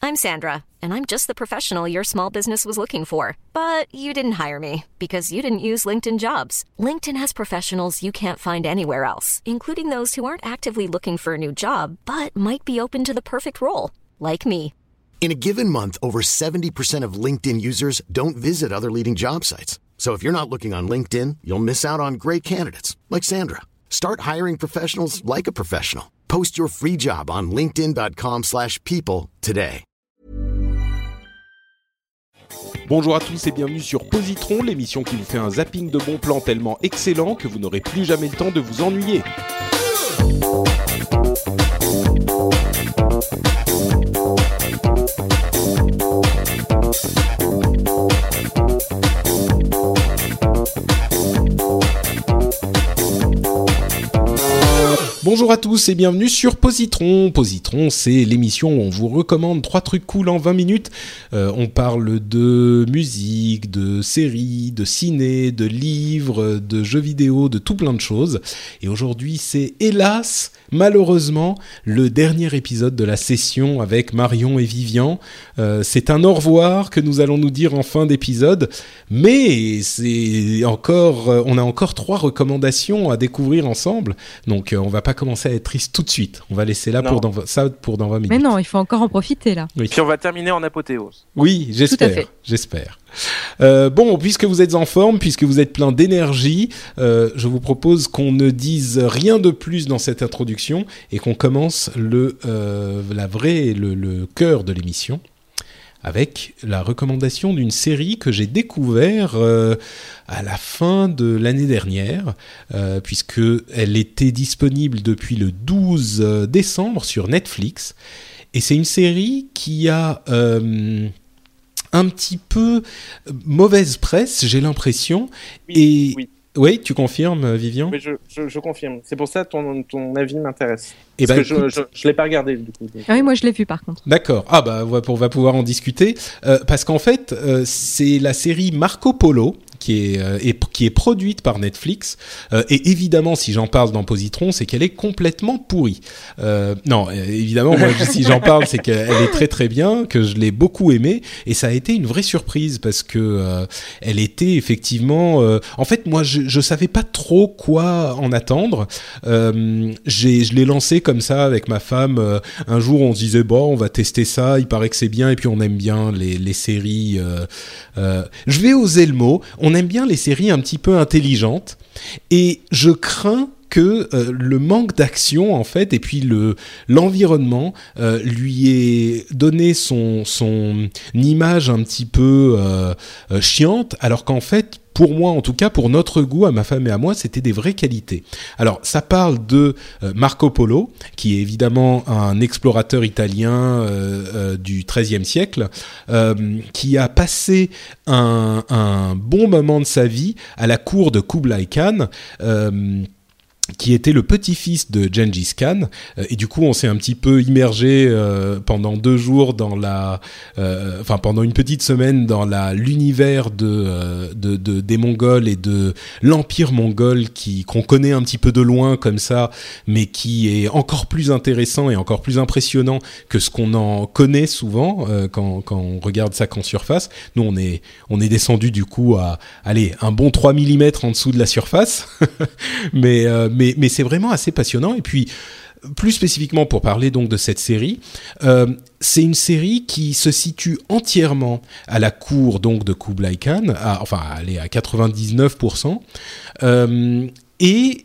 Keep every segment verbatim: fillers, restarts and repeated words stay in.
I'm Sandra, and I'm just the professional your small business was looking for. But you didn't hire me because you didn't use LinkedIn Jobs. LinkedIn has professionals you can't find anywhere else, including those who aren't actively looking for a new job, but might be open to the perfect role, like me. In a given month, over seventy percent of LinkedIn users don't visit other leading job sites. So if you're not looking on LinkedIn, you'll miss out on great candidates like Sandra. Start hiring professionals like a professional. Post your free job on linkedin.com slash people today. Bonjour à tous et bienvenue sur Positron, l'émission qui vous fait un zapping de bons plans tellement excellent que vous n'aurez plus jamais le temps de vous ennuyer. Bonjour à tous et bienvenue sur Positron. Positron, c'est l'émission où on vous recommande trois trucs cool en vingt minutes. Euh, on parle de musique, de séries, de ciné, de livres, de jeux vidéo, de tout plein de choses. Et aujourd'hui, c'est hélas, malheureusement, le dernier épisode de la session avec Marion et Vivian. Euh, c'est un au revoir que nous allons nous dire en fin d'épisode. Mais c'est encore, on a encore trois recommandations à découvrir ensemble. Donc, on va pas commencer à être triste tout de suite. On va laisser là pour dans, ça pour dans vingt minutes. Mais non, il faut encore en profiter là. Oui. Puis on va terminer en apothéose. Oui, j'espère. J'espère. Euh, bon, puisque vous êtes en forme, puisque vous êtes plein d'énergie, euh, je vous propose qu'on ne dise rien de plus dans cette introduction et qu'on commence le, euh, la vraie, le, le cœur de l'émission, avec la recommandation d'une série que j'ai découvert euh, à la fin de l'année dernière, euh, puisqu'elle était disponible depuis le douze décembre sur Netflix. Et c'est une série qui a euh, un petit peu mauvaise presse, j'ai l'impression. Oui, et oui. Oui, tu confirmes, Vivian ? Oui, je, je, je confirme. C'est pour ça que ton, ton avis m'intéresse. Et Parce ben, que je, je, je l'ai pas regardé du coup. Ah oui, moi je l'ai vu par contre. D'accord. Ah bah on va pouvoir en discuter euh, parce qu'en fait euh, c'est la série Marco Polo qui est, euh, est qui est produite par Netflix euh, et évidemment si j'en parle dans Positron c'est qu'elle est complètement pourrie. Euh, non, évidemment moi si j'en parle c'est qu'elle est très très bien, que je l'ai beaucoup aimée et ça a été une vraie surprise parce que euh, elle était effectivement. Euh, en fait moi je je savais pas trop quoi en attendre. Euh, j'ai je l'ai lancé comme ça avec ma femme. Euh, un jour, on se disait bon, on va tester ça. Il paraît que c'est bien, et puis on aime bien les les séries. Euh, euh, je vais oser le mot. On aime bien les séries un petit peu intelligentes, et je crains que euh, le manque d'action en fait et puis le l'environnement euh, lui ait donné son son image un petit peu euh, euh, chiante, alors qu'en fait pour moi, en tout cas, pour notre goût, à ma femme et à moi, c'était des vraies qualités. Alors, ça parle de euh, Marco Polo, qui est évidemment un explorateur italien euh, euh, du treizième siècle, euh, qui a passé un, un bon moment de sa vie à la cour de Kublai Khan, euh, qui était le petit-fils de Gengis Khan, euh, et du coup on s'est un petit peu immergé euh, pendant deux jours dans la, euh, enfin pendant une petite semaine dans la l'univers de, euh, de, de des Mongols et de l'empire mongol qui qu'on connaît un petit peu de loin comme ça, mais qui est encore plus intéressant et encore plus impressionnant que ce qu'on en connaît souvent euh, quand quand on regarde ça qu'en surface. Nous on est on est descendu du coup à allez un bon trois millimètres en dessous de la surface, mais euh, Mais, mais c'est vraiment assez passionnant. Et puis, plus spécifiquement pour parler donc de cette série, euh, c'est une série qui se situe entièrement à la cour donc de Kublai Khan, à, enfin, elle est à quatre-vingt-dix-neuf pour cent. Euh, et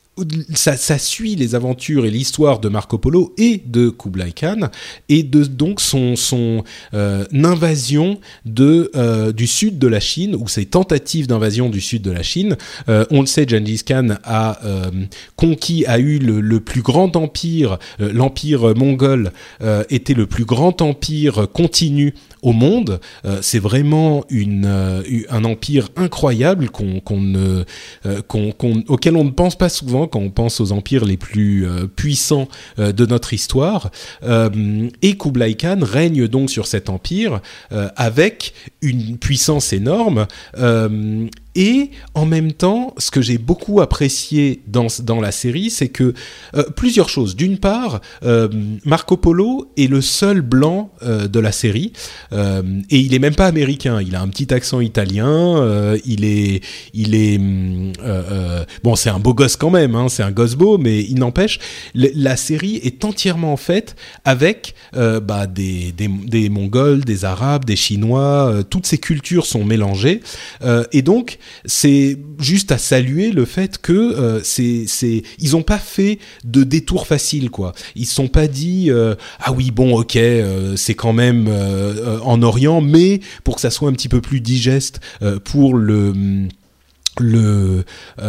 Ça, ça suit les aventures et l'histoire de Marco Polo et de Kublai Khan et de donc son son euh, invasion de euh, du sud de la Chine, ou ses tentatives d'invasion du sud de la Chine. Euh, on le sait, Gengis Khan a euh, conquis, a eu le, le plus grand empire, euh, l'empire mongol euh, était le plus grand empire continu au monde. Euh, c'est vraiment une euh, un empire incroyable qu'on qu'on ne euh, qu'on, qu'on auquel on ne pense pas souvent quand on pense aux empires les plus euh, puissants euh, de notre histoire. Euh, et Kublai Khan règne donc sur cet empire euh, avec une puissance énorme euh, et en même temps, ce que j'ai beaucoup apprécié dans, dans la série, c'est que euh, plusieurs choses. D'une part, euh, Marco Polo est le seul blanc euh, de la série, euh, et il est même pas américain. Il a un petit accent italien. Euh, il est, il est, euh, euh, bon, c'est un beau gosse quand même. Hein, c'est un gosse beau, mais il n'empêche, le, la série est entièrement faite avec euh, bah, des, des, des Mongols, des Arabes, des Chinois. Euh, toutes ces cultures sont mélangées, euh, et donc c'est juste à saluer le fait que euh, c'est, c'est, ils ont pas fait de détour facile, quoi. Ils se sont pas dit euh, ah oui bon ok euh, c'est quand même euh, en Orient, mais pour que ça soit un petit peu plus digeste euh, pour le le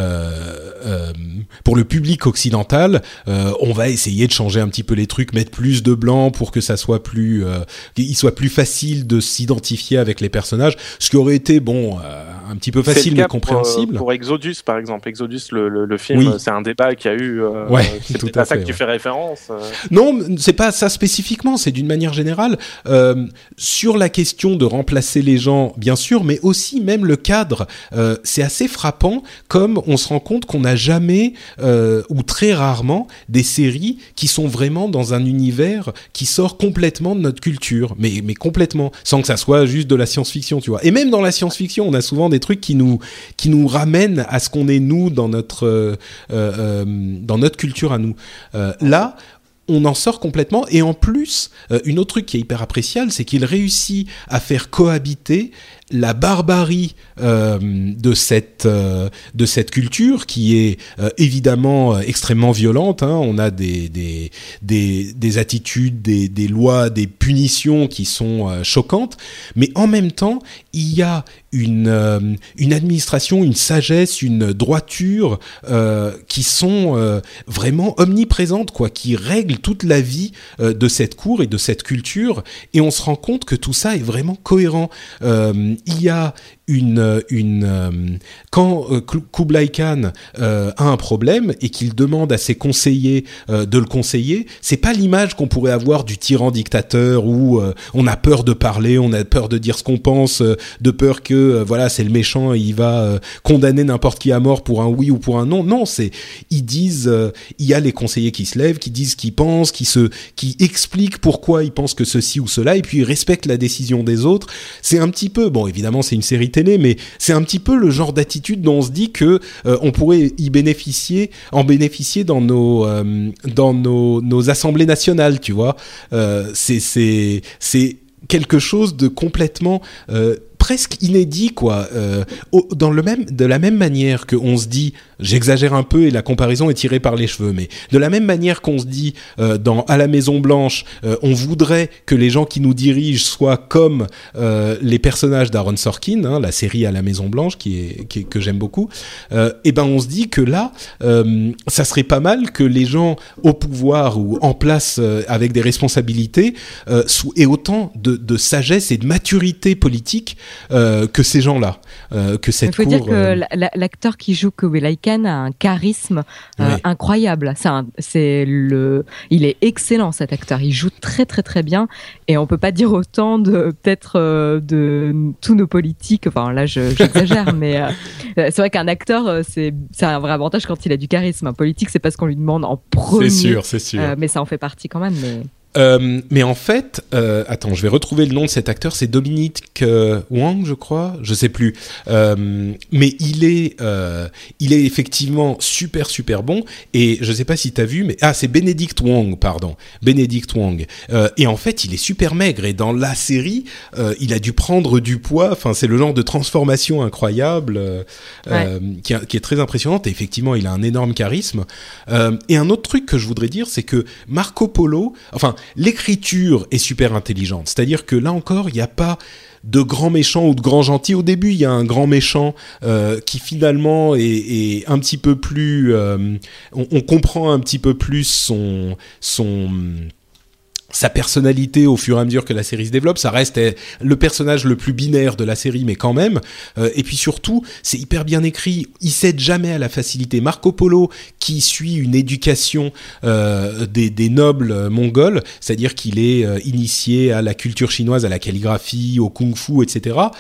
euh, euh, pour le public occidental, euh, on va essayer de changer un petit peu les trucs, mettre plus de blanc pour que ça soit plus euh, qu'il soit plus facile de s'identifier avec les personnages, ce qui aurait été bon euh, un petit peu facile mais compréhensible. Pour, pour Exodus par exemple, Exodus le, le, le film, oui. C'est un débat qui a eu euh, ouais, c'est tout à, à ça fait, que tu ouais. fais référence. Euh... Non, c'est pas ça spécifiquement, c'est d'une manière générale euh, sur la question de remplacer les gens, bien sûr, mais aussi même le cadre, euh, c'est assez frappant, comme on se rend compte qu'on n'a jamais euh, ou très rarement des séries qui sont vraiment dans un univers qui sort complètement de notre culture, mais mais complètement, sans que ça soit juste de la science-fiction, tu vois. Et même dans la science-fiction, on a souvent des trucs qui nous qui nous ramènent à ce qu'on est nous dans notre euh, euh, dans notre culture à nous. Euh, là, on en sort complètement, et en plus, euh, une autre truc qui est hyper appréciable, c'est qu'il réussit à faire cohabiter la barbarie euh, de cette euh, de cette culture qui est euh, évidemment euh, extrêmement violente. Hein. On a des des des des attitudes, des des lois, des punitions qui sont euh, choquantes, mais en même temps, il y a une euh, une administration, une sagesse, une droiture euh, qui sont euh, vraiment omniprésentes, quoi, qui règlent toute la vie euh, de cette cour et de cette culture, et on se rend compte que tout ça est vraiment cohérent. Euh, il y a une une euh, quand euh, Kublai Khan euh, a un problème et qu'il demande à ses conseillers euh, de le conseiller, c'est pas l'image qu'on pourrait avoir du tyran dictateur où euh, on a peur de parler, on a peur de dire ce qu'on pense, euh, de peur que euh, voilà, c'est le méchant et il va euh, condamner n'importe qui à mort pour un oui ou pour un non. Non, c'est ils disent euh, il y a les conseillers qui se lèvent, qui disent ce qu'ils pensent, qui se qui expliquent pourquoi ils pensent que ceci ou cela, et puis ils respectent la décision des autres. C'est un petit peu, bon, évidemment c'est une série télé, mais c'est un petit peu le genre d'attitude dont on se dit que euh, on pourrait y bénéficier, en bénéficier dans nos euh, dans nos nos assemblées nationales, tu vois. Euh, c'est c'est c'est quelque chose de complètement euh, presque inédit, quoi. Euh, au, dans le même, de la même manière que on se dit, j'exagère un peu et la comparaison est tirée par les cheveux, mais de la même manière qu'on se dit euh, dans à la Maison Blanche, euh, on voudrait que les gens qui nous dirigent soient comme euh, les personnages d'Aaron Sorkin, hein, la série à la Maison Blanche qui est, qui est que j'aime beaucoup. Euh, et ben on se dit que là, euh, ça serait pas mal que les gens au pouvoir ou en place euh, avec des responsabilités euh, aient autant de, de sagesse et de maturité politique Euh, que ces gens-là, euh, que cette cour... Il faut dire que euh... l'acteur qui joue Kublai Khan a un charisme euh, ouais. incroyable. C'est, un, c'est le, il est excellent, cet acteur. Il joue très très très bien, et on peut pas dire autant de peut-être euh, de tous nos politiques. Enfin là, je, j'exagère, mais euh, c'est vrai qu'un acteur, c'est c'est un vrai avantage quand il a du charisme. Un politique, c'est pas ce qu'on lui demande en premier. C'est sûr, c'est sûr. Euh, mais ça en fait partie quand même. Mais Euh, mais en fait, euh, attends, je vais retrouver le nom de cet acteur. C'est Dominique euh, Wang, je crois, je sais plus. Euh, mais il est, euh, il est effectivement super super bon. Et je sais pas si t'as vu, mais ah, c'est Benedict Wong, pardon, Benedict Wong. Euh, et en fait, il est super maigre. Et dans la série, euh, il a dû prendre du poids. Enfin, c'est le genre de transformation incroyable euh, ouais. euh, qui, a, qui est très impressionnante. Et effectivement, il a un énorme charisme. Euh, et un autre truc que je voudrais dire, c'est que Marco Polo, enfin l'écriture est super intelligente, c'est-à-dire que là encore, il n'y a pas de grands méchants ou de grands gentils. Au début, il y a un grand méchant euh, qui finalement est, est un petit peu plus... Euh, on, on comprend un petit peu plus son... son sa personnalité au fur et à mesure que la série se développe. Ça reste le personnage le plus binaire de la série, mais quand même. Euh, et puis surtout, c'est hyper bien écrit. Il cède jamais à la facilité. Marco Polo, qui suit une éducation euh, des, des nobles mongols, c'est-à-dire qu'il est euh, initié à la culture chinoise, à la calligraphie, au kung-fu, et cetera.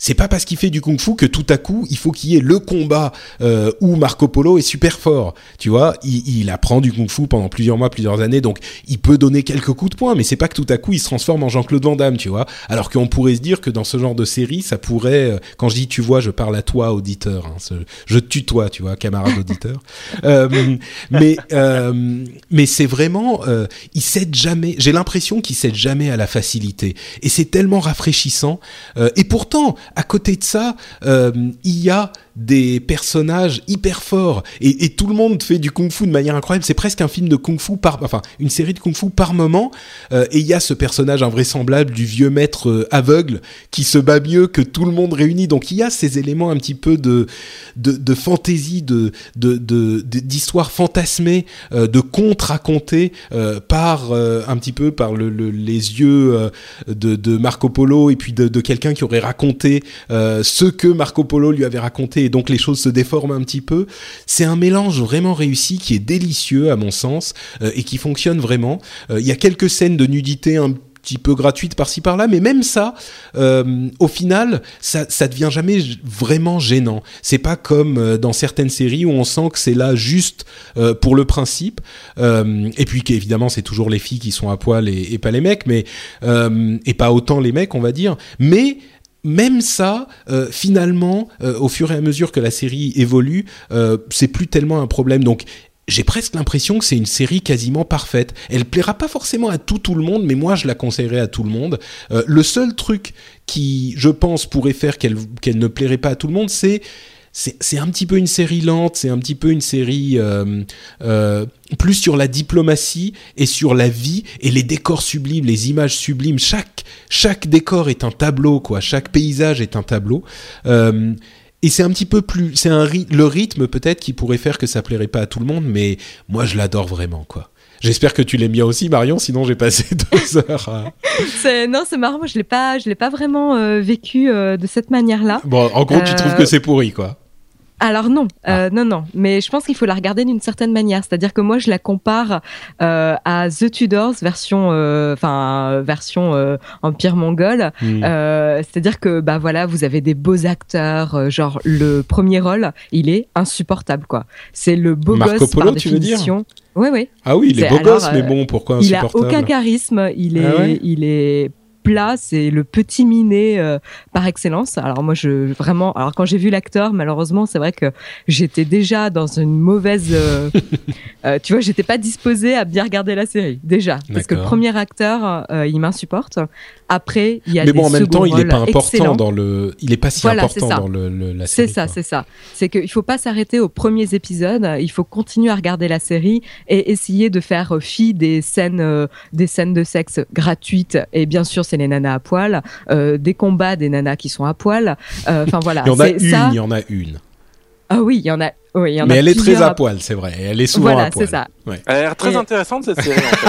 c'est pas parce qu'il fait du kung-fu que tout à coup il faut qu'il y ait le combat euh, où Marco Polo est super fort. Tu vois, il, il apprend du kung-fu pendant plusieurs mois, plusieurs années, donc il peut donner quelques coups de poing, mais c'est pas que tout à coup il se transforme en Jean-Claude Van Damme, tu vois. Alors qu'on pourrait se dire que dans ce genre de série, ça pourrait. Quand je dis tu vois, je parle à toi, auditeur. Hein, ce, je tutoie, tu vois, camarade auditeur. euh, mais euh, mais c'est vraiment, euh, il cède jamais. J'ai l'impression qu'il cède jamais à la facilité, et c'est tellement rafraîchissant. Euh, et pourtant, à côté de ça, euh, il y a des personnages hyper forts et, et tout le monde fait du kung-fu de manière incroyable. C'est presque un film de kung-fu par, enfin une série de kung-fu par moment. Euh, et il y a ce personnage invraisemblable du vieux maître euh, aveugle qui se bat mieux que tout le monde réuni. Donc il y a ces éléments un petit peu de de, de fantaisie, de, de de de d'histoire fantasmée, euh, de contes racontés euh, par euh, un petit peu par le, le les yeux euh, de de Marco Polo et puis de, de quelqu'un qui aurait raconté euh, ce que Marco Polo lui avait raconté. Et donc les choses se déforment un petit peu. C'est un mélange vraiment réussi qui est délicieux à mon sens euh, et qui fonctionne vraiment. Il euh, y a quelques scènes de nudité un petit peu gratuites par-ci par-là, mais même ça, euh, au final, ça, ça devient jamais vraiment gênant. C'est pas comme euh, dans certaines séries où on sent que c'est là juste euh, pour le principe, euh, et puis qu'évidemment c'est toujours les filles qui sont à poil et, et pas les mecs, mais euh, et pas autant les mecs, on va dire, mais même ça, euh, finalement, euh, au fur et à mesure que la série évolue, euh, c'est plus tellement un problème. Donc, j'ai presque l'impression que c'est une série quasiment parfaite. Elle plaira pas forcément à tout tout le monde, mais moi je la conseillerais à tout le monde. Euh, le seul truc qui, je pense, pourrait faire qu'elle qu'elle ne plairait pas à tout le monde, c'est c'est c'est un petit peu une série lente, c'est un petit peu une série euh, euh, plus sur la diplomatie et sur la vie et les décors sublimes, les images sublimes. Chaque chaque décor est un tableau, quoi. Chaque paysage est un tableau. Euh, Et c'est un petit peu plus, c'est un ry- le rythme peut-être qui pourrait faire que ça plairait pas à tout le monde, mais moi je l'adore vraiment, quoi. J'espère que tu l'aimes bien aussi, Marion, sinon j'ai passé deux heures à... c'est, non, c'est marrant, moi je l'ai pas, je l'ai pas vraiment euh, vécu euh, de cette manière-là. Bon, en gros, tu euh... trouves que c'est pourri, quoi. Alors non, ah. euh, non, non. Mais je pense qu'il faut la regarder d'une certaine manière. C'est-à-dire que moi, je la compare euh, à The Tudors version, enfin euh, version euh, Empire mongol. Mm. Euh, c'est-à-dire que bah voilà, vous avez des beaux acteurs. Euh, genre le premier rôle, il est insupportable, quoi. C'est le beau Marco gosse Polo, par tu veux dire ? Oui, oui. Ah oui, il est, est beau alors, gosse, euh, mais bon, pourquoi insupportable ? Il a aucun charisme. Il est, ah ouais il est. Plat, c'est le petit minet euh, par excellence. Alors moi, je vraiment. Alors quand j'ai vu l'acteur, malheureusement, c'est vrai que j'étais déjà dans une mauvaise. Euh, euh, tu vois, j'étais pas disposée à bien regarder la série déjà, parce D'accord. que le premier acteur, euh, il m'insupporte. Après, il y a mais des bon, en même temps, il est pas important excellents. dans le. Il est pas si voilà, important dans le, le la série. C'est ça, quoi. c'est ça. C'est qu'il faut pas s'arrêter aux premiers épisodes. Il faut continuer à regarder la série et essayer de faire fi des scènes, euh, des scènes de sexe gratuites. Et bien sûr, c'est les nanas à poil, euh, des combats des nanas qui sont à poil. Enfin euh, voilà. Il y en a c'est une, ça. il y en a une. Ah oui, il y en a. Oui, il y en mais a elle est très à à poil, c'est vrai. Elle est souvent voilà, à poil. C'est ça. Ouais. Elle a l'air très Et... intéressante cette série en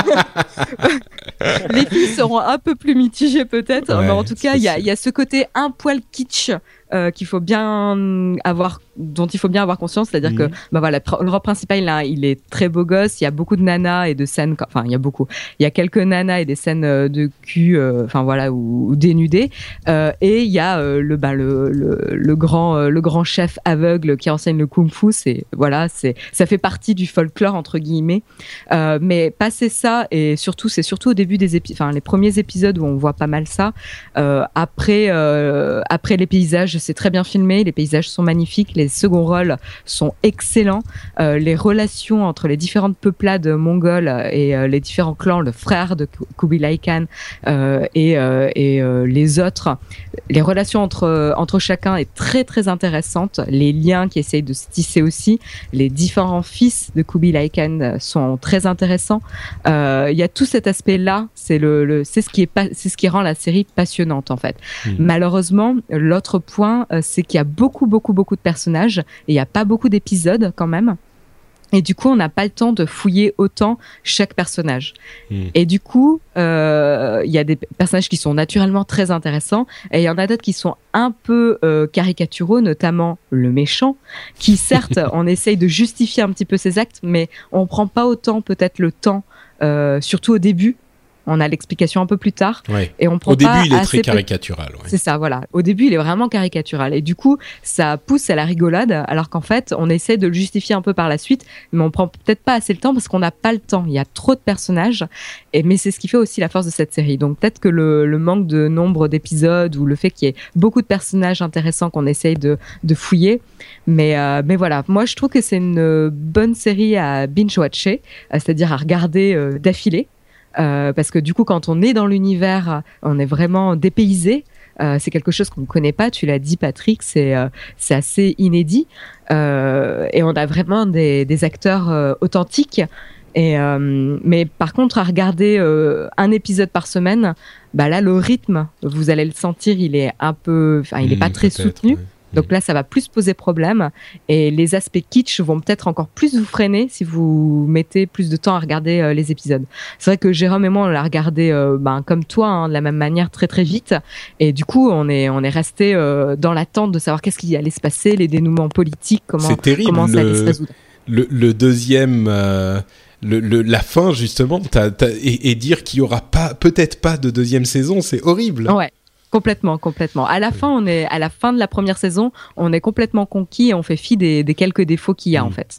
fait. Les filles seront un peu plus mitigées peut-être, ouais, mais en tout cas, il y a, y a ce côté un poil kitsch euh, qu'il faut bien avoir, dont il faut bien avoir conscience, c'est-à-dire mmh. que bah voilà, le rôle principal, il, a, il est très beau gosse, il y a beaucoup de nanas et de scènes, enfin il y a beaucoup, il y a quelques nanas et des scènes de cul, enfin euh, voilà, ou, ou dénudées, euh, et il y a euh, le, bah, le, le, le grand, euh, le grand chef aveugle qui enseigne le kung-fu, c'est voilà, c'est ça fait partie du folklore entre guillemets, euh, mais passer ça et surtout, c'est surtout au début des épisodes, enfin les premiers épisodes où on voit pas mal ça. Euh, après, euh, après les paysages, c'est très bien filmé, les paysages sont magnifiques, les seconds rôles sont excellents, euh, les relations entre les différentes peuplades mongoles et euh, les différents clans, le frère de Kubilai Khan euh, et, euh, et euh, les autres, les relations entre entre chacun est très très intéressante, les liens qui essayent de se tisser aussi, les différents fils de Kubilai Khan sont très intéressants. Il euh, y a tout cet aspect-là, c'est le, le c'est ce qui est pas, c'est ce qui rend la série passionnante en fait. Mmh. Malheureusement, l'autre point, euh, c'est qu'il y a beaucoup beaucoup beaucoup de personnages et il y a pas beaucoup d'épisodes quand même. Et du coup, on n'a pas le temps de fouiller autant chaque personnage. Mmh. Et du coup, il euh, y a des personnages qui sont naturellement très intéressants, et il y en a d'autres qui sont un peu euh, caricaturaux, notamment le méchant, qui certes, on essaye de justifier un petit peu ses actes, mais on prend pas autant peut-être le temps, euh, surtout au début, On a l'explication un peu plus tard. Ouais. Et on prend Au début, pas il est assez très caricatural. Ouais. C'est ça, voilà. Au début, il est vraiment caricatural. Et du coup, ça pousse à la rigolade, alors qu'en fait, on essaie de le justifier un peu par la suite, mais on prend peut-être pas assez le temps parce qu'on n'a pas le temps. Il y a trop de personnages. Et, mais c'est ce qui fait aussi la force de cette série. Donc peut-être que le, le manque de nombre d'épisodes ou le fait qu'il y ait beaucoup de personnages intéressants qu'on essaye de, de fouiller. Mais, euh, mais voilà, moi, je trouve que c'est une bonne série à binge-watcher, c'est-à-dire à regarder euh, d'affilée. Euh, parce que du coup, quand on est dans l'univers, on est vraiment dépaysé. Euh, c'est quelque chose qu'on ne connaît pas. Tu l'as dit, Patrick, c'est euh, c'est assez inédit. Euh, et on a vraiment des, des acteurs euh, authentiques. Et euh, mais par contre, à regarder euh, un épisode par semaine, bah là, le rythme, vous allez le sentir, il est un peu, enfin, il est mmh, pas très soutenu. Ouais. Donc là, ça va plus poser problème. Et les aspects kitsch vont peut-être encore plus vous freiner si vous mettez plus de temps à regarder euh, les épisodes. C'est vrai que Jérôme et moi, on l'a regardé euh, ben, comme toi, hein, de la même manière, très très vite. Et du coup, on est on est resté euh, dans l'attente de savoir qu'est-ce qui allait se passer, les dénouements politiques, comment, c'est terrible, comment ça allait se résoudre. Le, le deuxième... Euh... Le, le, la fin justement t'as, t'as, et, et dire qu'il y aura pas peut-être pas de deuxième saison, c'est horrible. Ouais, complètement, complètement. À la fin, on est à la fin de la première saison, on est complètement conquis et on fait fi des, des quelques défauts qu'il y a mmh. en fait.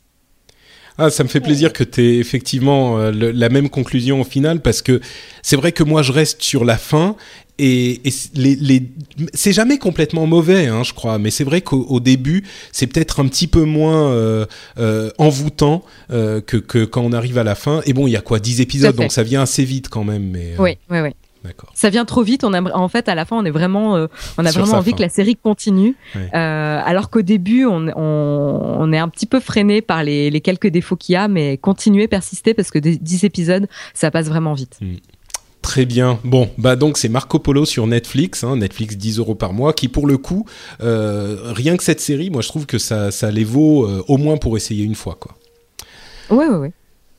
Ah, ça me fait plaisir que tu aies effectivement euh, le, la même conclusion au final, parce que c'est vrai que moi je reste sur la fin. Et, et les, les, c'est jamais complètement mauvais, hein, je crois, mais c'est vrai qu'au au début, c'est peut-être un petit peu moins euh, euh, envoûtant euh, que, que quand on arrive à la fin. Et bon, il y a quoi, dix épisodes, donc ça vient assez vite quand même. Mais, euh... Oui, oui, oui. D'accord. Ça vient trop vite. On a, en fait, à la fin, on est vraiment, euh, on a Sur vraiment envie fin. que la série continue. Ouais. Euh, alors qu'au début, on, on, on est un petit peu freiné par les, les quelques défauts qu'il y a, mais continuer, persister, parce que dix épisodes, ça passe vraiment vite. Mmh. Très bien. Bon, bah donc c'est Marco Polo sur Netflix, hein, Netflix dix euros par mois, qui pour le coup, euh, rien que cette série, moi je trouve que ça, ça les vaut euh, au moins pour essayer une fois, quoi. Ouais, ouais, ouais.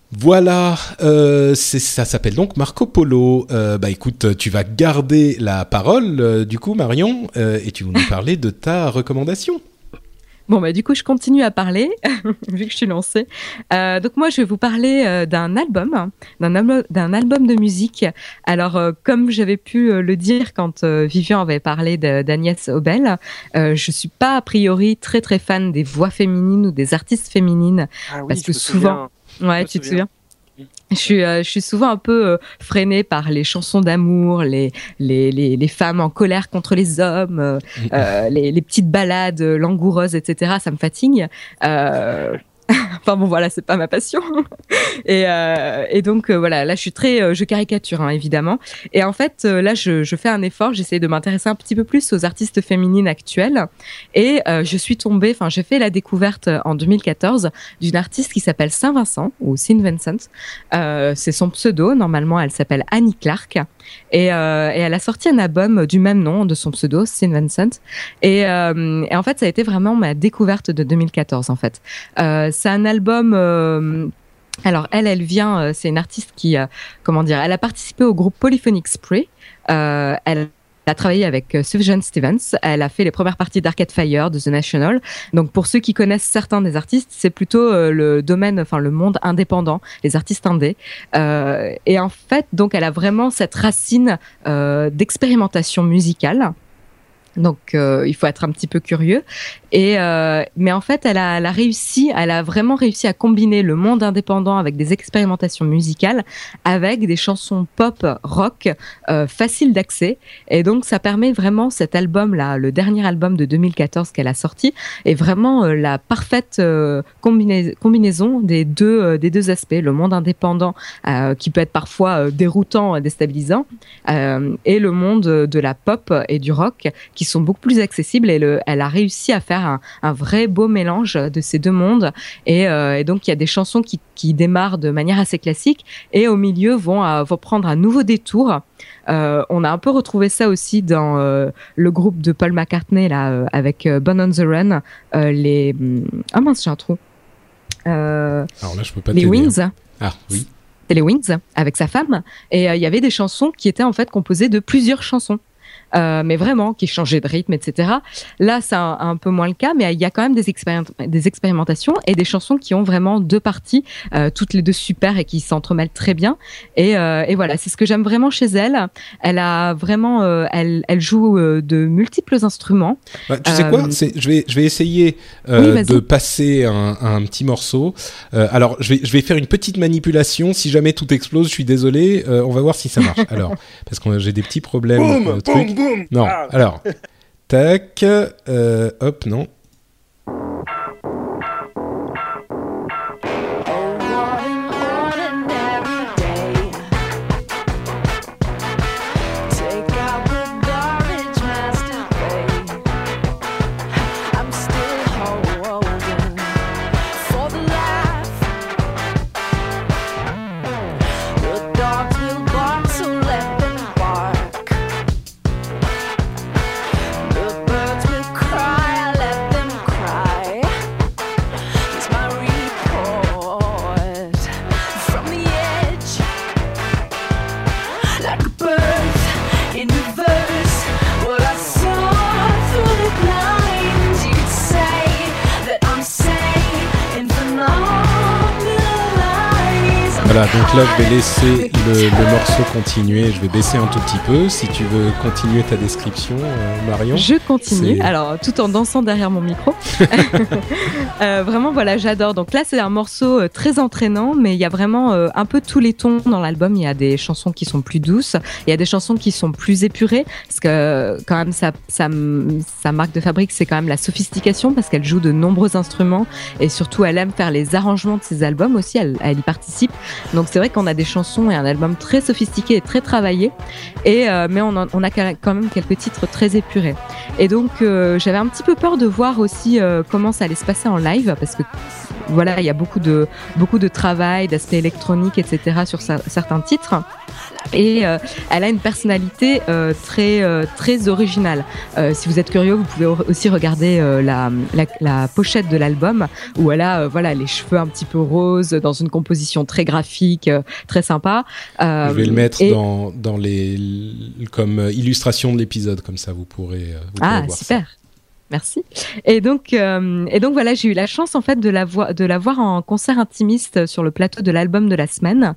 Voilà, euh, c'est, ça s'appelle donc Marco Polo. Euh, bah écoute, tu vas garder la parole euh, du coup, Marion, euh, et tu vas nous parler de ta recommandation. Bon, bah, du coup, je continue à parler, vu que je suis lancée. Euh, donc, moi, je vais vous parler euh, d'un album, d'un, al- d'un album de musique. Alors, euh, comme j'avais pu euh, le dire quand euh, Vivian avait parlé de, d'Agnès Obel, euh, je suis pas, a priori, très, très fan des voix féminines ou des artistes féminines. Ah oui, parce que je souvent... souviens. Ouais, je tu te souviens. souviens? Je suis, euh, je suis souvent un peu euh, freinée par les chansons d'amour, les, les, les, les femmes en colère contre les hommes, euh, euh, les, les petites ballades langoureuses, et cetera. Ça me fatigue. Euh... Enfin bon, voilà, c'est pas ma passion. et, euh, et donc euh, voilà, là je suis très, euh, je caricature hein, évidemment. Et en fait, euh, là je, je fais un effort, j'essaie de m'intéresser un petit peu plus aux artistes féminines actuelles. Et euh, je suis tombée, enfin j'ai fait la découverte en deux mille quatorze d'une artiste qui s'appelle Saint-Vincent ou Saint Vincent. Euh, c'est son pseudo. Normalement, elle s'appelle Annie Clark. Et, euh, et elle a sorti un album du même nom de son pseudo, Saint Vincent. Et, euh, et en fait, ça a été vraiment ma découverte de deux mille quatorze en fait. Euh, c'est un album. Euh, alors elle, elle vient. Euh, c'est une artiste qui, euh, comment dire, elle a participé au groupe Polyphonic Spree. Euh, elle a travaillé avec euh, Sufjan Stevens. Elle a fait les premières parties d'Arcade Fire, de The National. Donc pour ceux qui connaissent certains des artistes, c'est plutôt euh, le domaine, enfin le monde indépendant, les artistes indés. Euh, et en fait, donc elle a vraiment cette racine euh, d'expérimentation musicale. Donc, euh, il faut être un petit peu curieux. Et euh, mais en fait, elle a, elle a réussi, elle a vraiment réussi à combiner le monde indépendant avec des expérimentations musicales, avec des chansons pop, rock, euh, faciles d'accès. Et donc, ça permet vraiment cet album-là, le dernier album de deux mille quatorze qu'elle a sorti, est vraiment euh, la parfaite euh, combina- combinaison des deux euh, des deux aspects, le monde indépendant euh, qui peut être parfois euh, déroutant, déstabilisant, euh, et le monde de la pop et du rock qui sont beaucoup plus accessibles. Et le, elle a réussi à faire un, un vrai beau mélange de ces deux mondes. Et, euh, et donc, il y a des chansons qui, qui démarrent de manière assez classique et au milieu vont, euh, vont prendre un nouveau détour. Euh, on a un peu retrouvé ça aussi dans euh, le groupe de Paul McCartney là, euh, avec euh, Born on the Run. Euh, les... Ah mince, j'ai un trou. Euh, Alors là, je peux pas les t'aider, Wings. Hein. Ah oui. C'est les Wings avec sa femme. Et il euh, y avait des chansons qui étaient en fait composées de plusieurs chansons. euh, mais vraiment qui changeait de rythme, et cetera. Là, c'est un, un peu moins le cas, mais il y a quand même des, expéri- des expérimentations et des chansons qui ont vraiment deux parties, euh, toutes les deux super et qui s'entremêlent très bien. Et, euh, et voilà, c'est ce que j'aime vraiment chez elle. Elle a vraiment, euh, elle, elle joue euh, de multiples instruments. Bah, tu sais euh, quoi, c'est, je vais, je vais essayer euh, oui, de passer un, un petit morceau. Euh, alors, je vais, je vais faire une petite manipulation. Si jamais tout explose, je suis désolé. Euh, on va voir si ça marche. Alors, parce que j'ai des petits problèmes. Boum, euh, boum, boum. Non. Ah. Alors, tac. Euh, hop, non. Voilà, donc là je vais laisser le, le morceau continuer, je vais baisser un tout petit peu. Si tu veux continuer ta description, euh, Marion. Je continue, c'est... alors tout en dansant derrière mon micro. euh, vraiment, voilà, j'adore. Donc là, c'est un morceau euh, très entraînant, mais il y a vraiment euh, un peu tous les tons dans l'album. Il y a des chansons qui sont plus douces, il y a des chansons qui sont plus épurées, parce que quand même, sa, sa, sa marque de fabrique, c'est quand même la sophistication, parce qu'elle joue de nombreux instruments, et surtout, elle aime faire les arrangements de ses albums aussi, elle, elle y participe. Donc c'est vrai qu'on a des chansons et un album très sophistiqué et très travaillé, et euh, mais on, en, on a quand même quelques titres très épurés. Et donc euh, j'avais un petit peu peur de voir aussi euh, comment ça allait se passer en live, parce que voilà, il y a beaucoup de beaucoup de travail, d'aspects électroniques, et cetera sur sa, certains titres. Et euh, elle a une personnalité euh, très euh, très originale. Euh, si vous êtes curieux, vous pouvez aussi regarder euh, la, la la pochette de l'album, où elle a euh, voilà les cheveux un petit peu roses, dans une composition très graphique, euh, très sympa. Euh, Je vais le mettre et... dans dans les comme illustration de l'épisode, comme ça vous pourrez, vous pourrez ah, voir super. ça. Merci. Et donc, euh, et donc voilà, j'ai eu la chance en fait de la voir, de la voir en concert intimiste sur le plateau de l'album de la semaine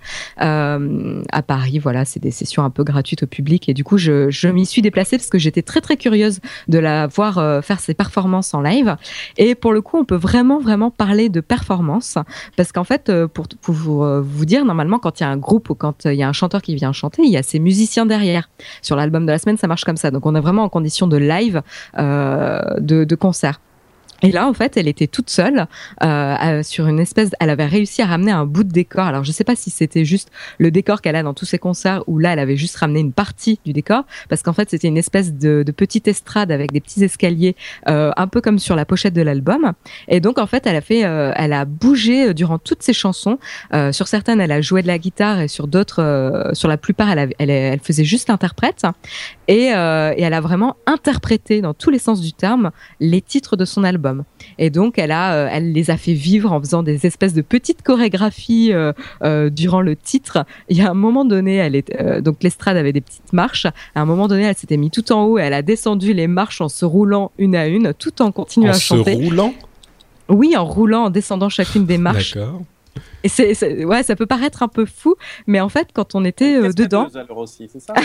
euh, à Paris. Voilà, c'est des sessions un peu gratuites au public, et du coup, je, je m'y suis déplacée parce que j'étais très très curieuse de la voir euh, faire ses performances en live. Et pour le coup, on peut vraiment vraiment parler de performance, parce qu'en fait, pour, pour vous, vous dire, normalement, quand il y a un groupe ou quand il y a un chanteur qui vient chanter, il y a ses musiciens derrière. Sur l'album de la semaine, ça marche comme ça. Donc, on est vraiment en condition de live. Euh, De, de concert. Et là, en fait, elle était toute seule euh, sur une espèce. Elle avait réussi à ramener un bout de décor. Alors, je sais pas si c'était juste le décor qu'elle a dans tous ses concerts, ou là, elle avait juste ramené une partie du décor, parce qu'en fait, c'était une espèce de, de petite estrade avec des petits escaliers, euh, un peu comme sur la pochette de l'album. Et donc, en fait, elle a fait, euh, elle a bougé durant toutes ses chansons. Euh, sur certaines, elle a joué de la guitare, et sur d'autres, euh, sur la plupart, elle, a, elle, elle faisait juste l'interprète. Et, euh, et elle a vraiment interprété, dans tous les sens du terme, les titres de son album. Et donc, elle a, euh, elle les a fait vivre en faisant des espèces de petites chorégraphies euh, euh, durant le titre. Il y a un moment donné, elle est, euh, donc l'estrade avait des petites marches. À un moment donné, elle s'était mise tout en haut et elle a descendu les marches en se roulant une à une, tout en continuant en à chanter. En se roulant ? Oui, en roulant, en descendant chacune des marches. D'accord. Et c'est, c'est, ouais, ça peut paraître un peu fou, mais en fait, quand on était euh, dedans, alors aussi, c'est ça.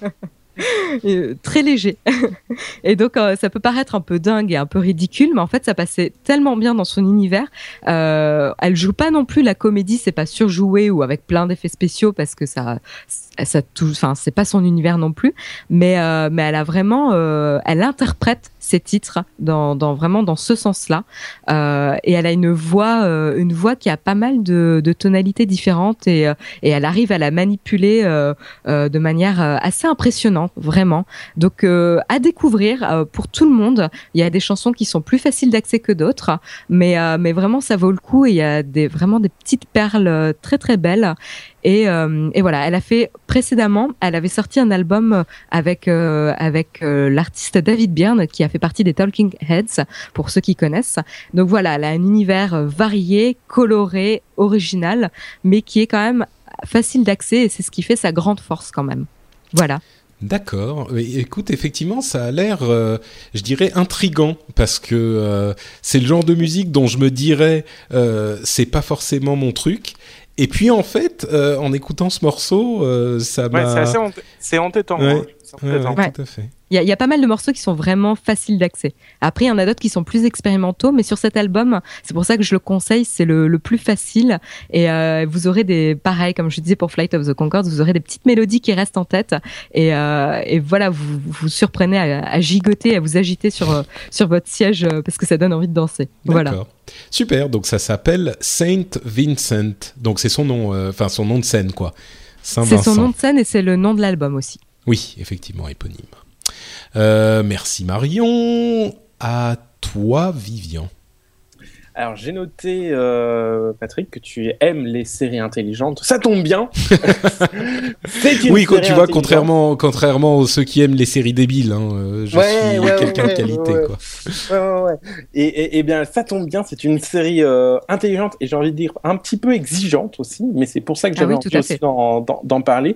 Euh, très léger. Et donc euh, ça peut paraître un peu dingue et un peu ridicule, mais en fait ça passait tellement bien dans son univers. Euh, elle joue pas non plus la comédie, c'est pas surjoué ou avec plein d'effets spéciaux, parce que ça, ça touche, enfin c'est pas son univers non plus. Mais euh, mais elle a vraiment, euh, elle interprète ses titres dans, dans vraiment dans ce sens-là. Euh, et elle a une voix, euh, une voix qui a pas mal de, de tonalités différentes, et et elle arrive à la manipuler euh, euh, de manière assez impressionnante. Vraiment. Donc euh, à découvrir euh, pour tout le monde. Il y a des chansons qui sont plus faciles d'accès que d'autres, mais euh, mais vraiment ça vaut le coup, et il y a des vraiment des petites perles très très belles. Et, euh, et voilà, elle a fait précédemment, elle avait sorti un album avec euh, avec euh, l'artiste David Byrne, qui a fait partie des Talking Heads, pour ceux qui connaissent. Donc voilà, elle a un univers varié, coloré, original, mais qui est quand même facile d'accès, et c'est ce qui fait sa grande force quand même. Voilà. D'accord. Écoute, effectivement, ça a l'air, euh, je dirais, intriguant parce que euh, c'est le genre de musique dont je me dirais, euh, c'est pas forcément mon truc. Et puis en fait, euh, en écoutant ce morceau, euh, ça m'a. Ouais, c'est assez ent... c'est entêtant. Ouais. Hein. C'est entêtant. Ouais, ouais, tout à fait. Il y, a, il y a pas mal de morceaux qui sont vraiment faciles d'accès. Après, il y en a d'autres qui sont plus expérimentaux, mais sur cet album, c'est pour ça que je le conseille, c'est le, le plus facile. Et euh, vous aurez des, pareil, comme je disais pour Flight of the Conchords, vous aurez des petites mélodies qui restent en tête. Et, euh, et voilà, vous vous surprenez à, à gigoter, à vous agiter sur, sur votre siège parce que ça donne envie de danser. D'accord. Voilà. Super. Donc ça s'appelle Saint Vincent. Donc c'est son nom, enfin euh, son nom de scène, quoi. Saint-Vincent. C'est son nom de scène et c'est le nom de l'album aussi. Oui, effectivement, éponyme. Euh, merci Marion. À toi, Vivian. Alors, j'ai noté, euh, Patrick, que tu aimes les séries intelligentes. Ça tombe bien. C'est une oui, quand tu vois, contrairement, contrairement à ceux qui aiment les séries débiles, hein, je ouais, suis ouais, quelqu'un ouais, de qualité. Ouais, quoi. ouais, ouais, ouais. Et, et, et bien, ça tombe bien. C'est une série euh, intelligente et j'ai envie de dire un petit peu exigeante aussi. Mais c'est pour ça que j'avais ah oui, envie aussi d'en, d'en, d'en parler.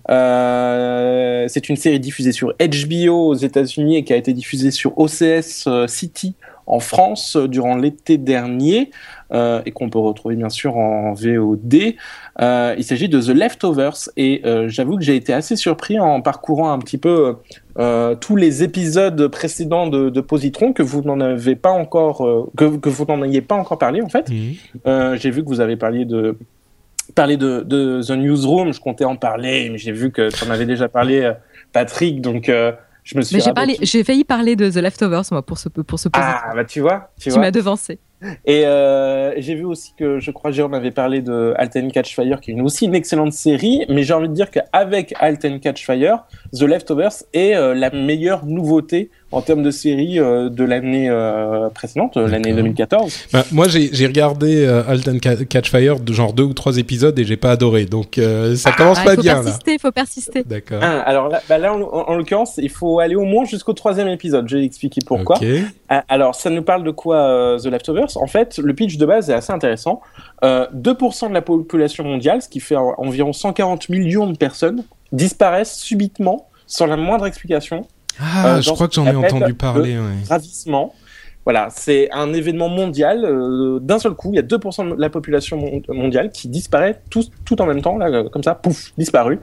Euh, c'est une série diffusée sur H B O aux États-Unis et qui a été diffusée sur O C S euh, City en France euh, durant l'été dernier euh, et qu'on peut retrouver bien sûr en V O D. Euh, il s'agit de The Leftovers et euh, j'avoue que j'ai été assez surpris en parcourant un petit peu euh, tous les épisodes précédents de, de Positron que vous n'en avez pas encore euh, que, que vous n'en ayez pas encore parlé en fait. Mmh. Euh, j'ai vu que vous avez parlé de parler de, de The Newsroom, je comptais en parler, mais j'ai vu que tu en avais déjà parlé, Patrick, donc euh, je me suis. Mais j'ai, parlé, j'ai failli parler de The Leftovers, moi, pour ce pour ce Ah, bah tu vois, tu, tu vois. m'as devancé. Et euh, j'ai vu aussi que, je crois, Jérôme avait parlé de Halt and Catch Fire, qui est une, aussi une excellente série, mais j'ai envie de dire qu'avec Halt and Catch Fire, The Leftovers est euh, la meilleure nouveauté en termes de série euh, de l'année euh, précédente, D'accord. l'année deux mille quatorze. Bah, moi, j'ai, j'ai regardé euh, Halt and Catch Fire, de genre deux ou trois épisodes, et j'ai pas adoré, donc euh, ça ah, commence ah, pas bien là. Il faut persister, il faut persister. D'accord. Ah, alors là, bah là en, en, en l'occurrence, il faut aller au moins jusqu'au troisième épisode. Je vais expliquer pourquoi. Okay. Ah, alors, ça nous parle de quoi euh, The Leftovers ? En fait, le pitch de base est assez intéressant. Euh, deux pour cent de la population mondiale, ce qui fait environ cent quarante millions de personnes, disparaissent subitement sans la moindre explication. Ah, euh, je crois que j'en ai entendu parler. Ouais. Ravissement. Voilà, c'est un événement mondial. Euh, d'un seul coup, il y a deux pour cent de la population mon- mondiale qui disparaît tout, tout en même temps, là, comme ça, pouf, disparu.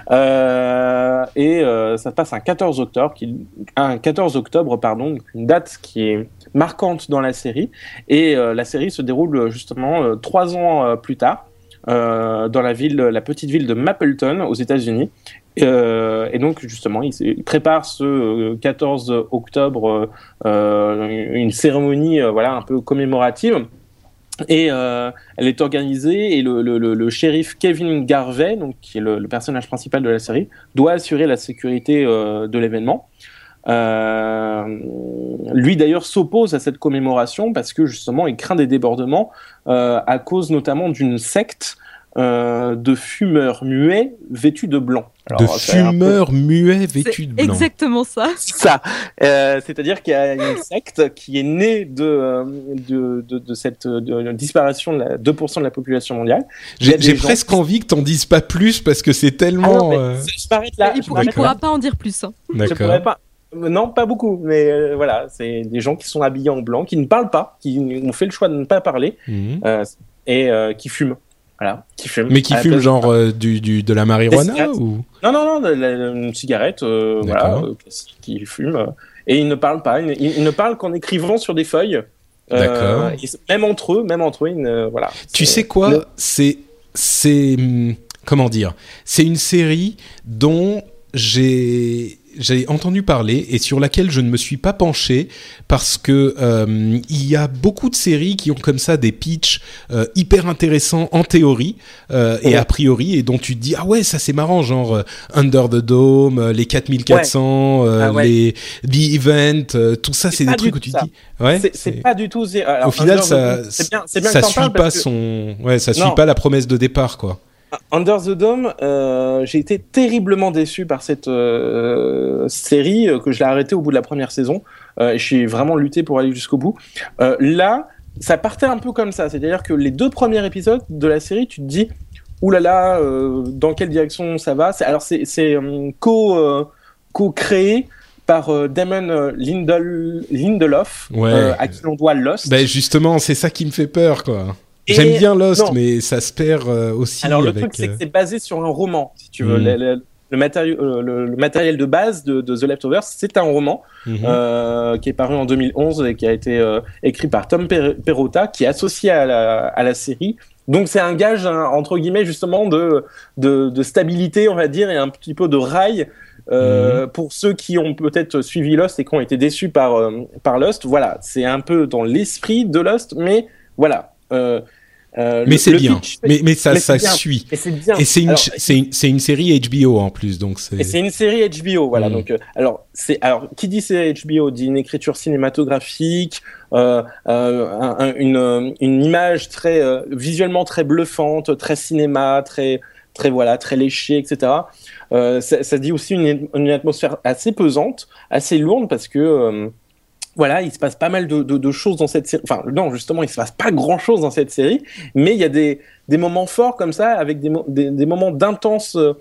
Euh, et euh, ça se passe un quatorze octobre, qui, un quatorze octobre, pardon, une date qui est marquante dans la série. Et euh, la série se déroule justement euh, trois ans euh, plus tard, euh, dans la ville, la petite ville de Mapleton, aux États-Unis. Euh, et donc justement, il, il prépare ce euh, quatorze octobre euh, une cérémonie, euh, voilà, un peu commémorative. Et euh, elle est organisée et le, le, le, le shérif Kevin Garvey, donc qui est le, le personnage principal de la série, doit assurer la sécurité euh, de l'événement. Euh, lui d'ailleurs s'oppose à cette commémoration parce que justement il craint des débordements euh, à cause notamment d'une secte Euh, de fumeurs muets vêtus de blanc. Alors, de fumeurs peu... muets vêtus de blanc. C'est exactement ça. C'est ça. Euh, c'est-à-dire qu'il y a une secte qui est née de, de, de, de cette de, de disparition de la, deux pour cent de la population mondiale. J'ai, j'ai presque qui... envie que t'en dises pas plus parce que c'est tellement... Ah non, euh... je m'arrête là. Il ne pourra pas en dire plus. Hein. D'accord. Je pourrais pas... Non, pas beaucoup, mais euh, voilà, c'est des gens qui sont habillés en blanc, qui ne parlent pas, qui ont fait le choix de ne pas parler mmh. euh, et euh, qui fument. Voilà, qui fume. Mais qui fume genre euh, du, du, de la marijuana ou... Non, non, non, de la, une cigarette, euh, voilà, euh, qui fume. Euh, et ils ne parlent pas, ils, ils ne parlent qu'en écrivant sur des feuilles. Euh, D'accord. Et même entre eux, même entre eux, ils ne, voilà. Tu sais quoi le... C'est, c'est, comment dire, c'est une série dont j'ai... j'ai entendu parler et sur laquelle je ne me suis pas penché parce que euh, il y a beaucoup de séries qui ont comme ça des pitchs euh, hyper intéressants en théorie euh, ouais. et a priori et dont tu te dis ah ouais ça c'est marrant genre euh, Under the Dome, euh, les quatre mille quatre cents, ouais. euh, ah ouais. les The Event, euh, tout ça c'est, c'est des trucs où tu te dis ouais c'est, c'est, c'est pas du tout. Alors, au final ça Dome, c'est bien, c'est bien ça que t'en suit pas que... son ouais ça suit non. pas la promesse de départ quoi. Under the Dome, euh, j'ai été terriblement déçu par cette euh, série euh, que je l'ai arrêtée au bout de la première saison. Euh, et j'ai vraiment lutté pour aller jusqu'au bout. Euh, là, ça partait un peu comme ça, c'est-à-dire que les deux premiers épisodes de la série, tu te dis, oulala, euh, dans quelle direction ça va ? c'est, Alors c'est, c'est euh, co, euh, co-créé par euh, Damon euh, Lindel- Lindelof, ouais. euh, à qui l'on doit Lost. Ben justement, c'est ça qui me fait peur, quoi. Et J'aime bien Lost, non. mais ça se perd euh, aussi. Alors le avec, truc, c'est que euh... c'est basé sur un roman, si tu veux. Mm. Le, le, le, matériau, euh, le, le matériel de base de, de The Leftovers, c'est un roman mm-hmm. euh, qui est paru en deux mille onze et qui a été euh, écrit par Tom Per- Perrotta, qui est associé à la, à la série. Donc c'est un gage, hein, entre guillemets, justement, de, de, de stabilité, on va dire, et un petit peu de rail. Euh, mmh. Pour ceux qui ont peut-être suivi Lost et qui ont été déçus par, euh, par Lost, voilà, c'est un peu dans l'esprit de Lost, mais voilà. Euh, euh, mais le, c'est le bien, pitch, mais, mais ça, mais ça bien. suit. Et c'est bien. Et c'est une, alors, c'est une, c'est une série H B O en plus, donc c'est. Et c'est une série H B O, voilà. Mmh. Donc, euh, alors, c'est, alors, qui dit série H B O dit une écriture cinématographique, euh, euh, un, un, une, une image très euh, visuellement très bluffante, très cinéma, très très voilà, très léché, et cetera. Euh, ça, ça dit aussi une, une atmosphère assez pesante, assez lourde, parce que euh, voilà, il se passe pas mal de, de, de choses dans cette série. Enfin, non, justement, il se passe pas grand-chose dans cette série, mais il y a des, des moments forts comme ça, avec des, des, des moments d'intense euh,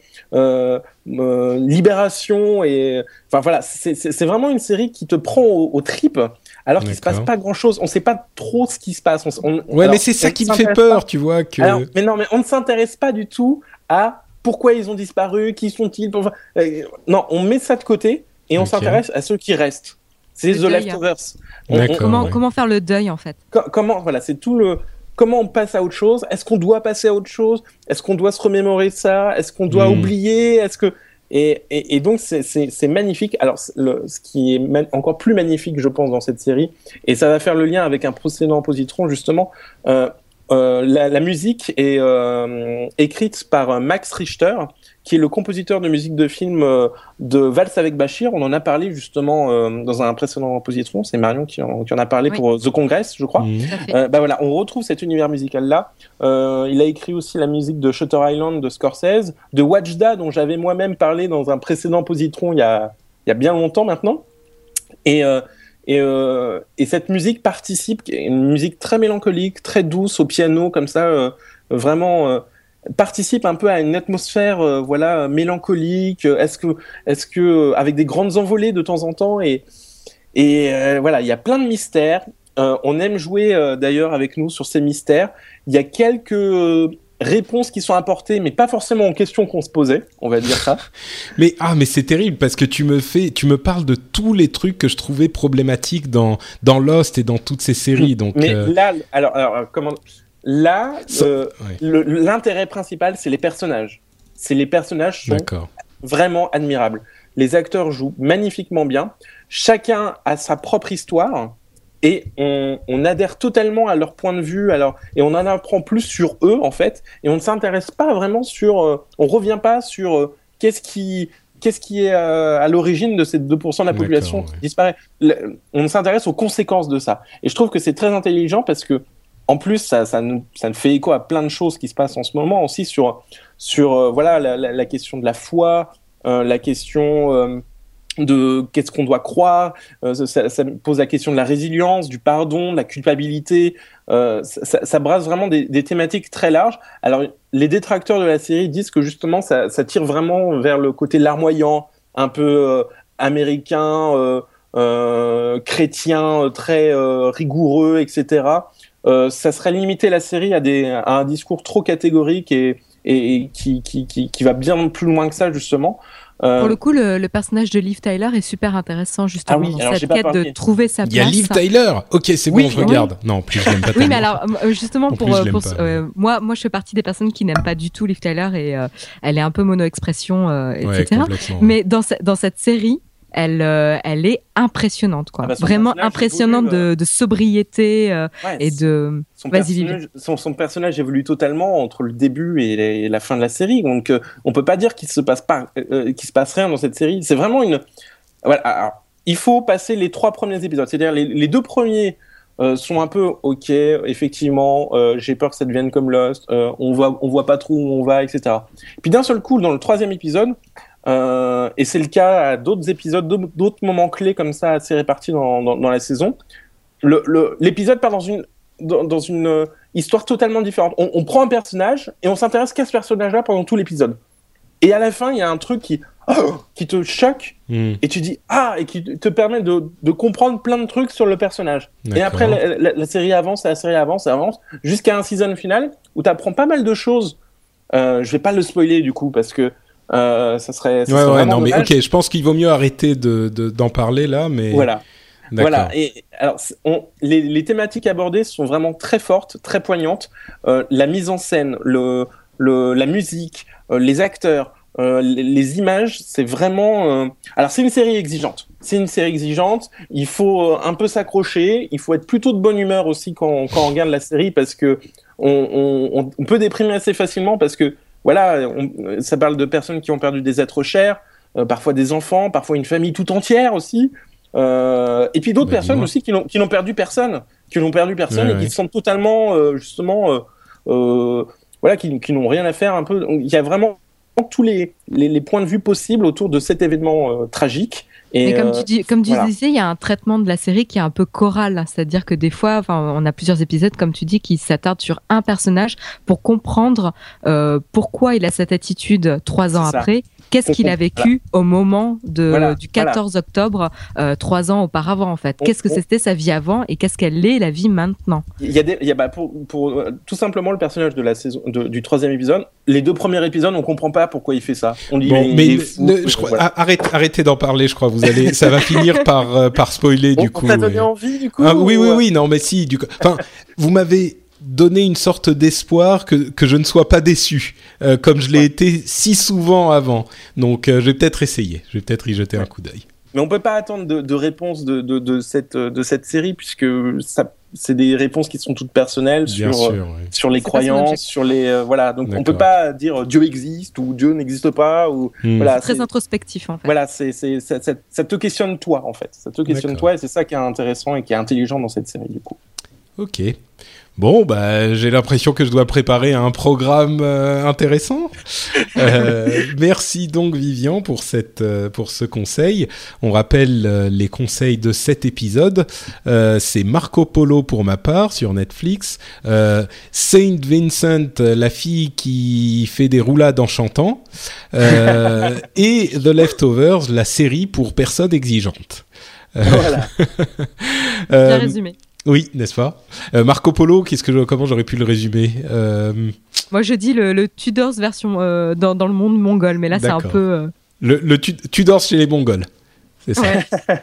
euh, libération. Et enfin voilà, c'est, c'est, c'est vraiment une série qui te prend aux, aux tripes, alors qu'il D'accord. se passe pas grand-chose. On sait pas trop ce qui se passe. On, on, ouais, alors, mais c'est ça qui me fait peur, pas. Tu vois. Que... Alors, mais non, mais on ne s'intéresse pas du tout à pourquoi ils ont disparu, qui sont-ils. Enfin, euh, non, on met ça de côté et on okay. s'intéresse à ceux qui restent. C'est The Leftovers. On, on, comment, ouais. comment faire le deuil en fait? Comment, voilà, c'est tout le. Comment on passe à autre chose? Est-ce qu'on doit passer à autre chose? Est-ce qu'on doit se remémorer ça? Est-ce qu'on doit mmh. oublier? Est-ce que et, et, et donc c'est, c'est, c'est magnifique. Alors le, ce qui est man... encore plus magnifique, je pense, dans cette série, et ça va faire le lien avec un précédent positron justement. Euh, Euh, la, la musique est euh, écrite par Max Richter, qui est le compositeur de musique de film euh, de Valse avec Bachir. On en a parlé justement euh, dans un précédent positron. C'est Marion qui en, qui en a parlé oui. pour The Congress, je crois. Mmh. Euh, bah voilà, on retrouve cet univers musical là. Euh, il a écrit aussi la musique de Shutter Island de Scorsese, de Watchda dont j'avais moi-même parlé dans un précédent positron il y a il y a bien longtemps maintenant. Et euh, Et, euh, et cette musique participe, une musique très mélancolique, très douce au piano, comme ça, euh, vraiment euh, participe un peu à une atmosphère, euh, voilà, mélancolique. Est-ce que, est-ce que, avec des grandes envolées de temps en temps, et et euh, voilà, il y a plein de mystères. Euh, on aime jouer euh, d'ailleurs avec nous sur ces mystères. Il y a quelques euh, réponses qui sont apportées, mais pas forcément aux questions qu'on se posait, on va dire ça. mais ah, mais c'est terrible parce que tu me fais, tu me parles de tous les trucs que je trouvais problématiques dans dans Lost et dans toutes ces séries. Donc, mais euh... là, alors, alors comment là, ça, euh, ouais. le, l'intérêt principal, c'est les personnages. C'est les personnages sont D'accord. vraiment admirables. Les acteurs jouent magnifiquement bien. Chacun a sa propre histoire. Et on, on adhère totalement à leur point de vue, alors, et on en apprend plus sur eux en fait, et on ne s'intéresse pas vraiment sur, euh, on revient pas sur euh, qu'est-ce qui, qu'est-ce qui est euh, à l'origine de ces deux pour cent de la D'accord, population qui ouais. disparaît. Le, on s'intéresse aux conséquences de ça, et je trouve que c'est très intelligent parce que, en plus, ça, ça nous, ça nous fait écho à plein de choses qui se passent en ce moment aussi sur, sur euh, voilà, la, la, la question de la foi, euh, la question euh, de qu'est-ce qu'on doit croire, euh, ça, ça pose la question de la résilience, du pardon, de la culpabilité, euh, ça, ça brasse vraiment des, des thématiques très larges. Alors les détracteurs de la série disent que justement ça, ça tire vraiment vers le côté larmoyant, un peu euh, américain, euh, euh, chrétien, très euh, rigoureux, et cetera. Euh, ça serait limiter la série à, des, à un discours trop catégorique et, et, et qui, qui, qui, qui va bien plus loin que ça justement. Euh... Pour le coup, le, le personnage de Liv Tyler est super intéressant justement ah oui, dans cette quête de trouver sa place. Il y a Liv Tyler. Ok, c'est oui, bon, je oui. regarde. Non, plus je l'aime pas. Oui, mais alors justement pour, plus, pour euh, moi, moi, je fais partie des personnes qui n'aiment pas du tout Liv Tyler et euh, elle est un peu mono-expression, euh, et cetera. Ouais, mais dans dans cette série, elle, euh, elle est impressionnante, quoi. Ah bah vraiment impressionnante évolue, euh... de, de sobriété euh, ouais, et de. Son personnage, son, son personnage évolue totalement entre le début et la, et la fin de la série, donc euh, on peut pas dire qu'il se passe pas, euh, qu'il se passe rien dans cette série. C'est vraiment une. Voilà. Alors, il faut passer les trois premiers épisodes, c'est-à-dire les, les deux premiers. Euh, sont un peu ok, effectivement, euh, j'ai peur que ça devienne comme Lost, euh, on voit, on voit pas trop où on va, et cetera. Puis d'un seul coup, dans le troisième épisode, euh, et c'est le cas à d'autres épisodes, d'autres moments clés comme ça, assez répartis dans, dans, dans la saison, le, le, l'épisode part dans une, dans, dans une euh, histoire totalement différente. On, on prend un personnage et on s'intéresse qu'à ce personnage-là pendant tout l'épisode. Et à la fin, il y a un truc qui, oh, qui te choque mmh. et tu dis ah et qui te permet de, de comprendre plein de trucs sur le personnage. D'accord. Et après la, la, la série avance, la série avance, avance jusqu'à un season final où tu apprends pas mal de choses. Euh, je vais pas le spoiler du coup parce que euh, ça serait. Ça ouais serait ouais non dommage. mais ok, je pense qu'il vaut mieux arrêter de, de d'en parler là, mais voilà. D'accord. Voilà. Et alors, on, les, les thématiques abordées sont vraiment très fortes, très poignantes. Euh, la mise en scène, le, le, la musique, euh, les acteurs, euh, les, les images, c'est vraiment. Euh... Alors, c'est une série exigeante. C'est une série exigeante. Il faut un peu s'accrocher. Il faut être plutôt de bonne humeur aussi quand, quand on regarde la série parce que on, on, on peut déprimer assez facilement parce que voilà, on, ça parle de personnes qui ont perdu des êtres chers, euh, parfois des enfants, parfois une famille tout entière aussi. Euh, et puis d'autres bah, personnes dis-moi. aussi qui n'ont, qui n'ont perdu personne, qui n'ont perdu personne ouais, et ouais. qui se sentent totalement euh, justement, euh, euh, voilà, qui, qui n'ont rien à faire un peu. Il y a vraiment tous les, les, les points de vue possibles autour de cet événement euh, tragique. Et Mais comme euh, tu dis, comme tu voilà. disais, il y a un traitement de la série qui est un peu choral, c'est-à-dire que des fois, enfin, on a plusieurs épisodes, comme tu dis, qui s'attardent sur un personnage pour comprendre euh, pourquoi il a cette attitude trois ans après. Qu'est-ce qu'il a vécu voilà. au moment de, voilà. du quatorze voilà. octobre, euh, trois ans auparavant, en fait. Qu'est-ce que on, c'était sa vie avant et qu'est-ce qu'elle est la vie maintenant. Il y a des, il y a, bah, pour, pour euh, tout simplement le personnage de la saison, de, du troisième épisode, les deux premiers épisodes, on comprend pas pourquoi il fait ça. On dit, bon, il, mais il est fou, ne, je crois, voilà. arrête, arrêtez d'en parler, je crois. Vous allez, ça va finir par, euh, par spoiler on, du on coup. On t'a donné et... envie du coup. Ah, oui, ou... oui, oui, non, mais si, du coup. Enfin, vous m'avez donner une sorte d'espoir que que je ne sois pas déçu euh, comme je l'ai ouais. été si souvent avant. Donc euh, je vais peut-être essayer, je vais peut-être y jeter ouais. un coup d'œil. Mais on peut pas attendre de, de réponse de, de de cette de cette série puisque ça c'est des réponses qui sont toutes personnelles Bien sur sûr, ouais. sur les c'est croyances, sur les euh, voilà. Donc D'accord. on peut pas dire Dieu existe ou Dieu n'existe pas ou mmh. voilà. C'est très c'est, introspectif en fait. Voilà, c'est c'est ça, ça, ça te questionne toi en fait. Ça te questionne D'accord. toi et c'est ça qui est intéressant et qui est intelligent dans cette série du coup. Ok. Bon, bah, j'ai l'impression que je dois préparer un programme euh, intéressant. Euh, merci donc Vivian pour cette euh, pour ce conseil. On rappelle euh, les conseils de cet épisode. Euh, c'est Marco Polo pour ma part sur Netflix, euh, Saint Vincent, la fille qui fait des roulades en chantant, euh, et The Leftovers, la série pour personnes exigeantes. Euh, voilà. euh, Bien résumé. Oui, n'est-ce pas euh, Marco Polo, qu'est-ce que je, comment j'aurais pu le résumer euh... Moi, je dis le, le Tudors version euh, dans, dans le monde mongol, mais là, D'accord. c'est un peu... Euh... Le, le tu, Tudors chez les Mongols, c'est ça. Ouais.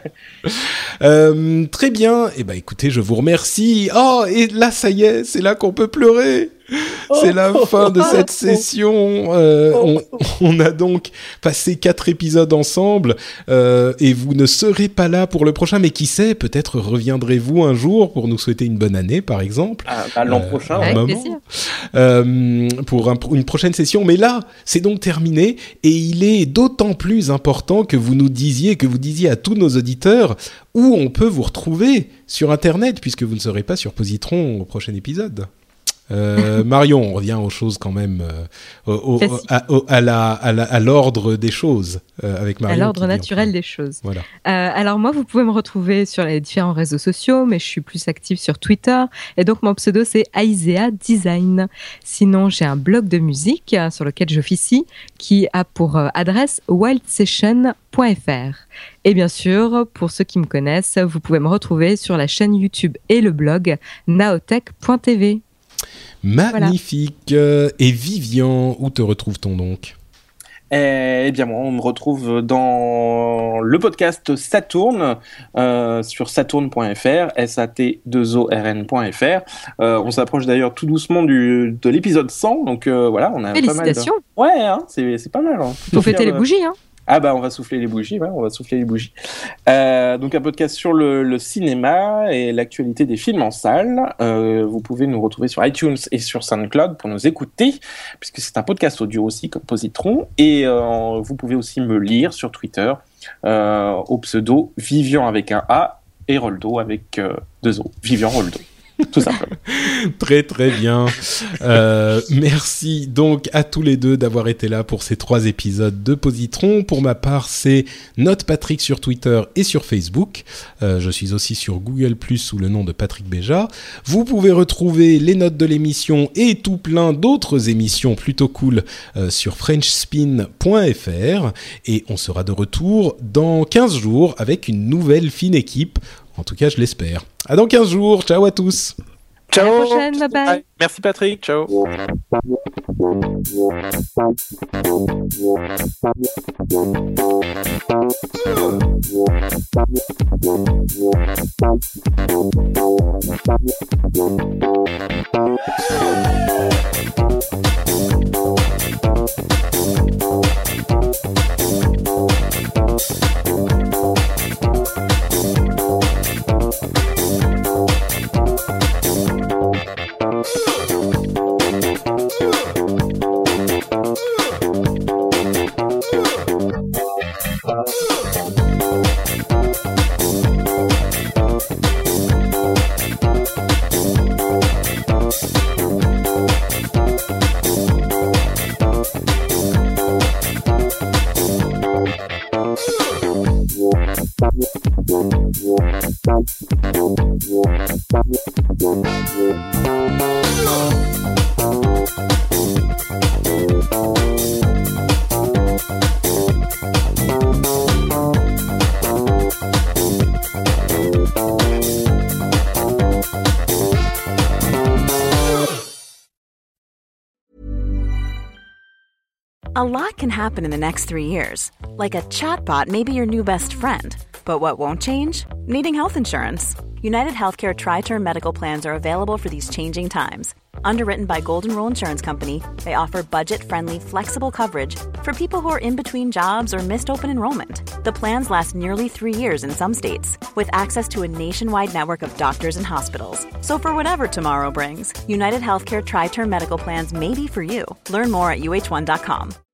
euh, très bien. Eh ben, écoutez, je vous remercie. Oh, et là, ça y est, c'est là qu'on peut pleurer. C'est la fin de cette session. Euh, on, on a donc passé quatre épisodes ensemble euh, et vous ne serez pas là pour le prochain, mais qui sait, peut-être reviendrez-vous un jour pour nous souhaiter une bonne année, par exemple. Ah, bah, l'an euh, prochain, avec plaisir. Euh, pour un, une prochaine session. Mais là, c'est donc terminé et il est d'autant plus important que vous nous disiez, que vous disiez à tous nos auditeurs où on peut vous retrouver sur Internet, puisque vous ne serez pas sur Positron au prochain épisode. Euh, Marion, on revient aux choses quand même, euh, au, au, à, au, à, la, à, la, à l'ordre des choses euh, avec Marion. À l'ordre naturel des choses. Voilà. Euh, alors moi, vous pouvez me retrouver sur les différents réseaux sociaux, mais je suis plus active sur Twitter. Et donc mon pseudo, c'est Aisea Design. Sinon, j'ai un blog de musique euh, sur lequel j'officie, qui a pour euh, adresse wild session point f r. Et bien sûr, pour ceux qui me connaissent, vous pouvez me retrouver sur la chaîne YouTube et le blog naotech point t v. Magnifique. Voilà. Et Vivian, où te retrouve-t-on donc ? Eh bien, moi, on me retrouve dans le podcast Saturne, euh, sur saturne point f r, S A T deux O R N point f r. Euh, on s'approche d'ailleurs tout doucement du, de l'épisode cent, donc euh, voilà, on a pas mal de... Félicitations. Ouais, hein, c'est, c'est pas mal. Hein. Faut fêter les bougies, hein. Ah bah on va souffler les bougies, ouais, on va souffler les bougies. Euh, donc un podcast sur le, le cinéma et l'actualité des films en salle. Euh, vous pouvez nous retrouver sur iTunes et sur SoundCloud pour nous écouter, puisque c'est un podcast audio aussi comme Positron. Et euh, vous pouvez aussi me lire sur Twitter euh, au pseudo Vivian avec un A et Roldo avec euh, deux O. Vivian Roldo. Tout simplement. Très très bien. Euh, merci donc à tous les deux d'avoir été là pour ces trois épisodes de Positron. Pour ma part, c'est Note Patrick sur Twitter et sur Facebook. Euh, je suis aussi sur Google plus, sous le nom de Patrick Béja. Vous pouvez retrouver les notes de l'émission et tout plein d'autres émissions plutôt cool euh, sur french spin point f r. Et on sera de retour dans quinze jours avec une nouvelle fine équipe. En tout cas, je l'espère. À dans quinze jours. Ciao à tous. Ciao. À la prochaine. Bye bye. Merci Patrick. Ciao. A lot can happen in the next three years. Like a chatbot may be your new best friend. But what won't change? Needing health insurance. United Healthcare Tri-Term Medical Plans are available for these changing times. Underwritten by Golden Rule Insurance Company, they offer budget-friendly, flexible coverage for people who are in between jobs or missed open enrollment. The plans last nearly three years in some states, with access to a nationwide network of doctors and hospitals. So for whatever tomorrow brings, United Healthcare Tri-Term Medical Plans may be for you. Learn more at U H one dot com.